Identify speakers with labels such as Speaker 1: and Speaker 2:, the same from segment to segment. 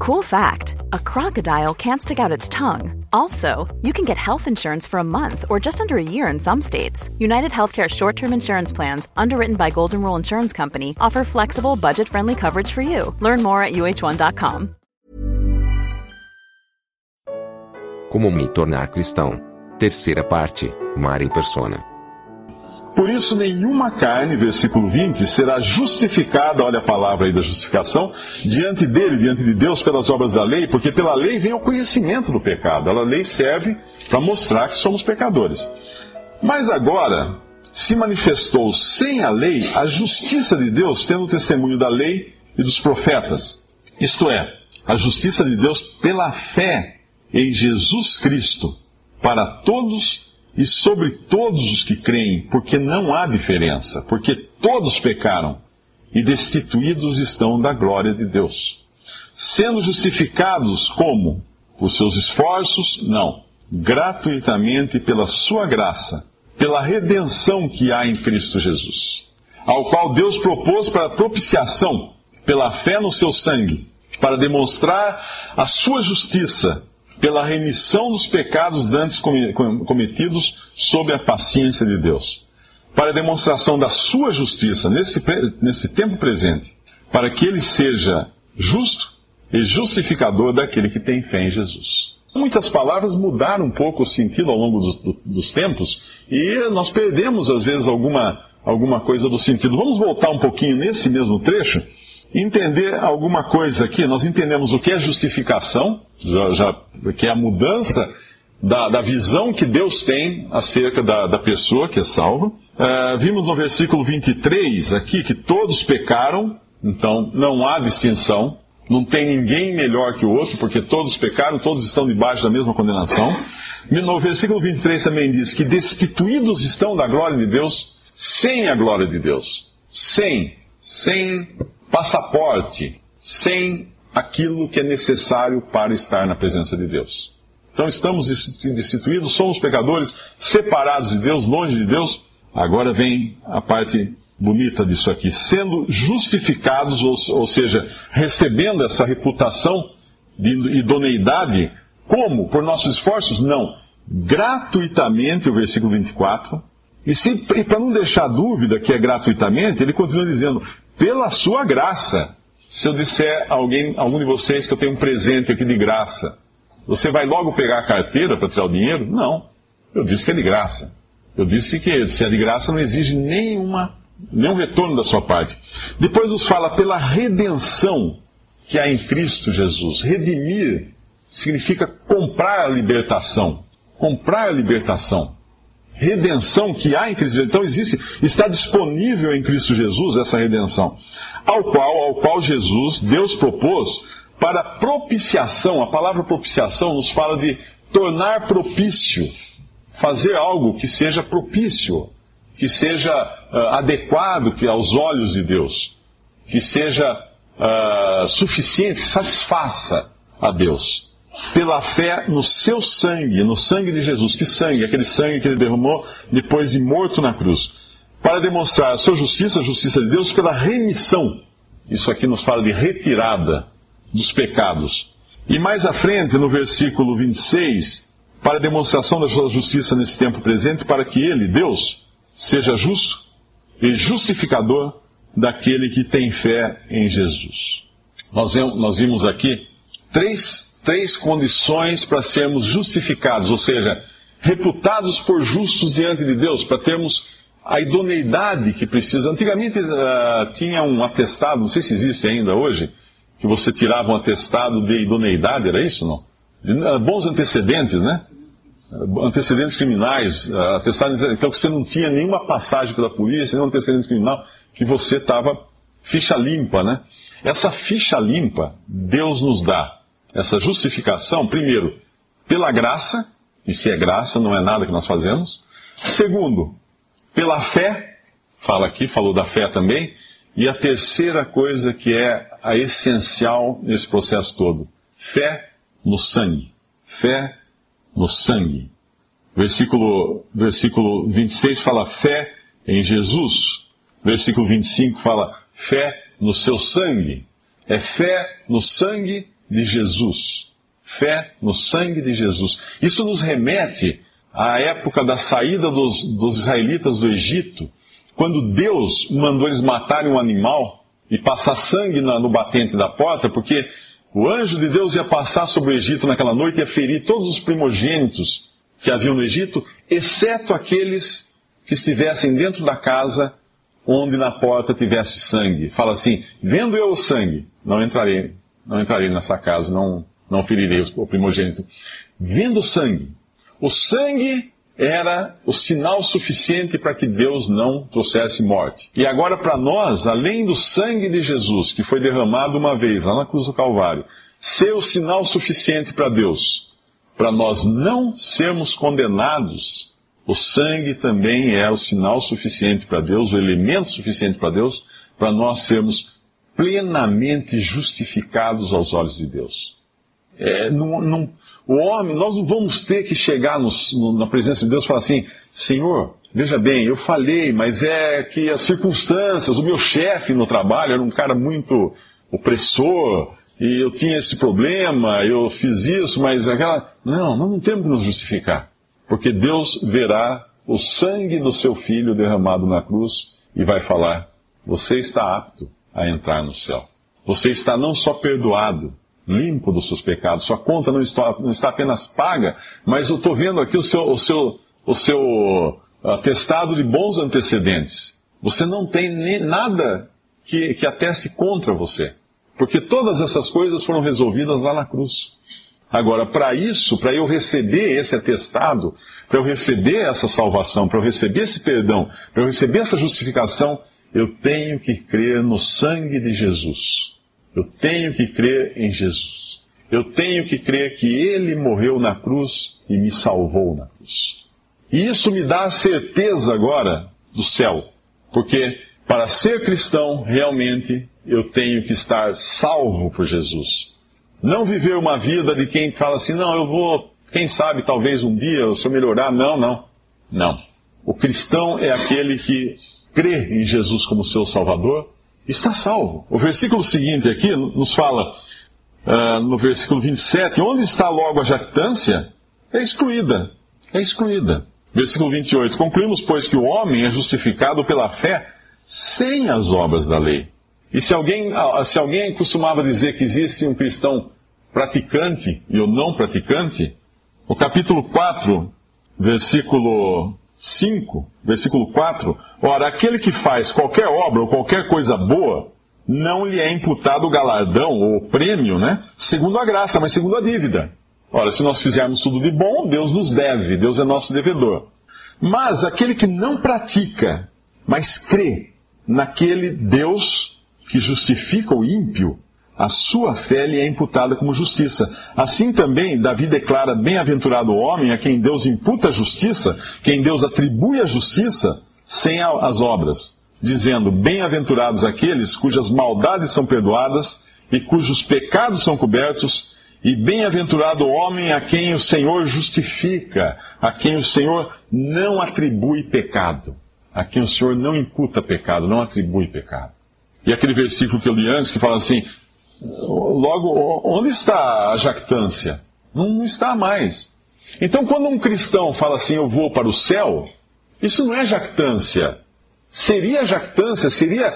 Speaker 1: Cool fact, a crocodile can't stick out its tongue. Also, you can get health insurance for a month or just under a year in some states. United Healthcare short-term insurance plans, underwritten by Golden Rule Insurance Company, offer flexible, budget-friendly coverage for you. Learn more at uh1.com.
Speaker 2: Como me tornar cristão? Terceira parte, Mar em Persona.
Speaker 3: Por isso, nenhuma carne, versículo 20, será justificada, olha a palavra aí da justificação, diante dele, diante de Deus, pelas obras da lei, porque pela lei vem o conhecimento do pecado. A lei serve para mostrar que somos pecadores. Mas agora, se manifestou sem a lei a justiça de Deus, tendo o testemunho da lei e dos profetas. Isto é, a justiça de Deus pela fé em Jesus Cristo, para todos e sobre todos os que creem, porque não há diferença, porque todos pecaram e destituídos estão da glória de Deus. Sendo justificados como? Por seus esforços? Não. Gratuitamente pela sua graça, pela redenção que há em Cristo Jesus, ao qual Deus propôs para propiciação, pela fé no seu sangue, para demonstrar a sua justiça, pela remissão dos pecados dantes cometidos sob a paciência de Deus, para a demonstração da sua justiça nesse tempo presente, para que ele seja justo e justificador daquele que tem fé em Jesus. Muitas palavras mudaram um pouco o sentido ao longo dos tempos e nós perdemos às vezes alguma coisa do sentido. Vamos voltar um pouquinho nesse mesmo trecho e entender alguma coisa aqui. Nós entendemos o que é justificação, que é a mudança da visão que Deus tem acerca da pessoa que é salva. Vimos no versículo 23 aqui que todos pecaram, então não há distinção, não tem ninguém melhor que o outro, porque todos pecaram, todos estão debaixo da mesma condenação. No versículo 23 também diz que destituídos estão da glória de Deus, sem a glória de Deus, sem passaporte, sem aquilo que é necessário para estar na presença de Deus. Então estamos destituídos, somos pecadores, separados de Deus, longe de Deus. Agora vem a parte bonita disso aqui, sendo justificados, ou seja, recebendo essa reputação de idoneidade, como? Por nossos esforços? Não. Gratuitamente, o versículo 24, e para não deixar dúvida que é gratuitamente, ele continua dizendo, pela sua graça. Se eu disser a algum de vocês que eu tenho um presente aqui de graça, você vai logo pegar a carteira para tirar o dinheiro? Não. Eu disse que é de graça. Eu disse que se é de graça não exige nenhum retorno da sua parte. Depois nos fala pela redenção que há em Cristo Jesus. Redimir significa comprar a libertação. Comprar a libertação. Redenção que há em Cristo Jesus. Então está disponível em Cristo Jesus essa redenção. Ao qual Jesus, Deus propôs para propiciação. A palavra propiciação nos fala de tornar propício. Fazer algo que seja propício, que seja adequado aos olhos de Deus, que seja suficiente, que satisfaça a Deus. Pela fé no seu sangue, no sangue de Jesus. Que sangue? Aquele sangue que ele derramou depois de morto na cruz. Para demonstrar a sua justiça, a justiça de Deus, pela remissão. Isso aqui nos fala de retirada dos pecados. E mais à frente, no versículo 26, para a demonstração da sua justiça nesse tempo presente, para que ele, Deus, seja justo e justificador daquele que tem fé em Jesus. Nós vimos aqui três condições para sermos justificados, ou seja, reputados por justos diante de Deus, para termos a idoneidade que precisa. Antigamente tinha um atestado, não sei se existe ainda hoje, que você tirava um atestado de idoneidade, era isso, não? Bons antecedentes, né? Antecedentes criminais, atestado, então que você não tinha nenhuma passagem pela polícia, nenhum antecedente criminal, que você estava ficha limpa, né? Essa ficha limpa, Deus nos dá essa justificação, primeiro, pela graça, e se é graça, não é nada que nós fazemos. Segundo, pela fé, falou da fé também. E a terceira coisa que é a essencial nesse processo todo, fé no sangue. Fé no sangue. Versículo 26 fala fé em Jesus. Versículo 25 fala fé no seu sangue. É fé no sangue de Jesus. Fé no sangue de Jesus. Isso nos remete à época da saída dos israelitas do Egito, quando Deus mandou eles matarem um animal e passar sangue no batente da porta, porque o anjo de Deus ia passar sobre o Egito naquela noite e ia ferir todos os primogênitos que haviam no Egito, exceto aqueles que estivessem dentro da casa onde na porta tivesse sangue. Fala assim: vendo eu o sangue, não entrarei nessa casa, não ferirei o primogênito. Vendo o sangue era o sinal suficiente para que Deus não trouxesse morte. E agora para nós, além do sangue de Jesus, que foi derramado uma vez lá na cruz do Calvário, ser o sinal suficiente para Deus, para nós não sermos condenados, o sangue também é o sinal suficiente para Deus, o elemento suficiente para Deus, para nós sermos plenamente justificados aos olhos de Deus. O homem, nós não vamos ter que chegar na presença de Deus e falar assim: Senhor, veja bem, eu falei, mas é que as circunstâncias, o meu chefe no trabalho era um cara muito opressor, e eu tinha esse problema, eu fiz isso, mas aquela... Não, nós não temos que nos justificar, porque Deus verá o sangue do seu Filho derramado na cruz e vai falar: você está apto a entrar no céu. Você está não só perdoado, limpo dos seus pecados, sua conta não está apenas paga, mas eu estou vendo aqui o seu atestado de bons antecedentes. Você não tem nem nada que ateste contra você, porque todas essas coisas foram resolvidas lá na cruz. Agora, para eu receber esse atestado, para eu receber essa salvação, para eu receber esse perdão, para eu receber essa justificação, eu tenho que crer no sangue de Jesus. Eu tenho que crer em Jesus. Eu tenho que crer que Ele morreu na cruz e me salvou na cruz. E isso me dá a certeza agora do céu. Porque para ser cristão, realmente, eu tenho que estar salvo por Jesus. Não viver uma vida de quem fala assim: não, eu vou, quem sabe, talvez um dia, se eu melhorar. Não. O cristão é aquele que crê em Jesus como seu Salvador, está salvo. O versículo seguinte aqui nos fala, no versículo 27, onde está logo a jactância? É excluída. Versículo 28, concluímos, pois, que o homem é justificado pela fé sem as obras da lei. E se alguém costumava dizer que existe um cristão praticante e o não praticante, o capítulo 4, versículo 5, versículo 4, ora, aquele que faz qualquer obra ou qualquer coisa boa, não lhe é imputado o galardão ou o prêmio, segundo a graça, mas segundo a dívida. Ora, se nós fizermos tudo de bom, Deus nos deve, Deus é nosso devedor. Mas aquele que não pratica, mas crê naquele Deus que justifica o ímpio, a sua fé lhe é imputada como justiça. Assim também, Davi declara: bem-aventurado o homem a quem Deus imputa a justiça, quem Deus atribui a justiça, sem as obras, dizendo: bem-aventurados aqueles cujas maldades são perdoadas e cujos pecados são cobertos, e bem-aventurado o homem a quem o Senhor justifica, a quem o Senhor não atribui pecado, a quem o Senhor não imputa pecado, não atribui pecado. E aquele versículo que eu li antes, que fala assim: logo, onde está a jactância? Não está mais. Então, quando um cristão fala assim: eu vou para o céu, isso não é jactância. Seria jactância,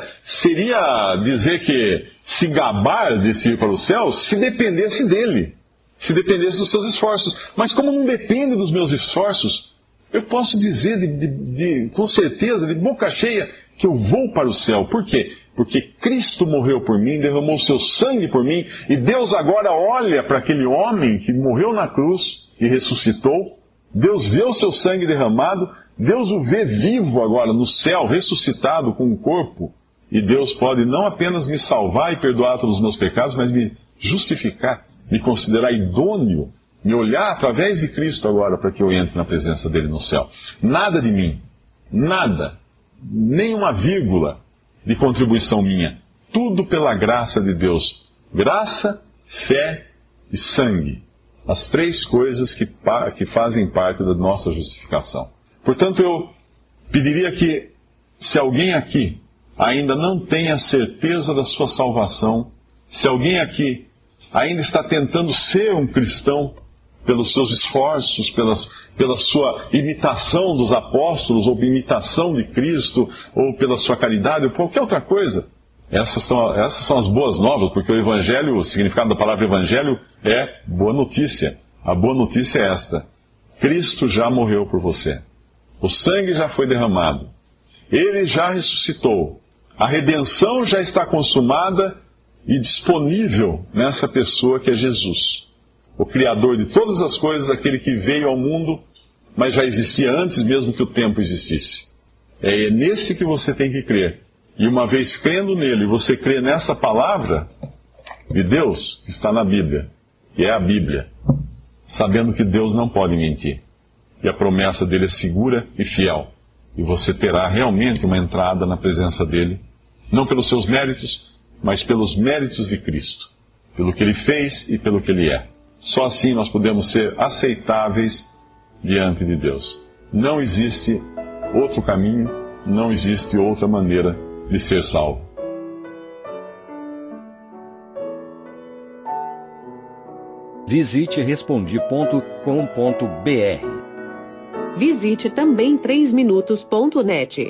Speaker 3: seria dizer que se gabar de ir para o céu, se dependesse dele, se dependesse dos seus esforços. Mas como não depende dos meus esforços, eu posso dizer com certeza, de boca cheia, que eu vou para o céu. Por quê? Porque Cristo morreu por mim, derramou o seu sangue por mim, e Deus agora olha para aquele homem que morreu na cruz e ressuscitou. Deus vê o seu sangue derramado, Deus o vê vivo agora no céu, ressuscitado com um corpo, e Deus pode não apenas me salvar e perdoar todos os meus pecados, mas me justificar, me considerar idôneo, me olhar através de Cristo agora para que eu entre na presença dele no céu. Nada de mim, nada, nem uma vírgula de contribuição minha. Tudo pela graça de Deus. Graça, fé e sangue. As três coisas que fazem parte da nossa justificação. Portanto, eu pediria que, se alguém aqui ainda não tem a certeza da sua salvação, se alguém aqui ainda está tentando ser um cristão pelos seus esforços, pela sua imitação dos apóstolos, ou imitação de Cristo, ou pela sua caridade, ou qualquer outra coisa. Essas são as boas novas, porque o evangelho, o significado da palavra evangelho é boa notícia. A boa notícia é esta: Cristo já morreu por você. O sangue já foi derramado. Ele já ressuscitou. A redenção já está consumada e disponível nessa pessoa que é Jesus. O Criador de todas as coisas, aquele que veio ao mundo, mas já existia antes mesmo que o tempo existisse. É nesse que você tem que crer. E uma vez crendo nele, você crê nessa palavra de Deus que está na Bíblia, que é a Bíblia, sabendo que Deus não pode mentir. E a promessa dele é segura e fiel. E você terá realmente uma entrada na presença dele, não pelos seus méritos, mas pelos méritos de Cristo, pelo que ele fez e pelo que ele é. Só assim nós podemos ser aceitáveis diante de Deus. Não existe outro caminho, não existe outra maneira de ser salvo.
Speaker 4: Visite Respondi.com.br.
Speaker 5: Visite também 3minutos.net.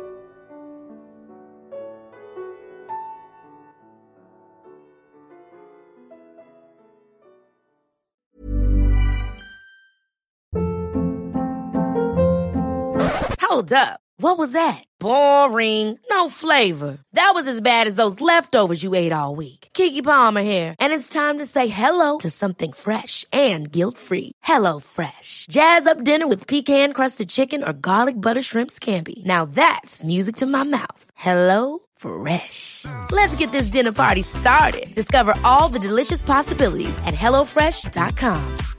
Speaker 6: Hold up. What was that? Boring. No flavor. That was as bad as those leftovers you ate all week. Keke Palmer here, and it's time to say hello to something fresh and guilt-free. HelloFresh. Jazz up dinner with pecan-crusted chicken or garlic butter shrimp scampi. Now that's music to my mouth. HelloFresh. Let's get this dinner party started. Discover all the delicious possibilities at HelloFresh.com.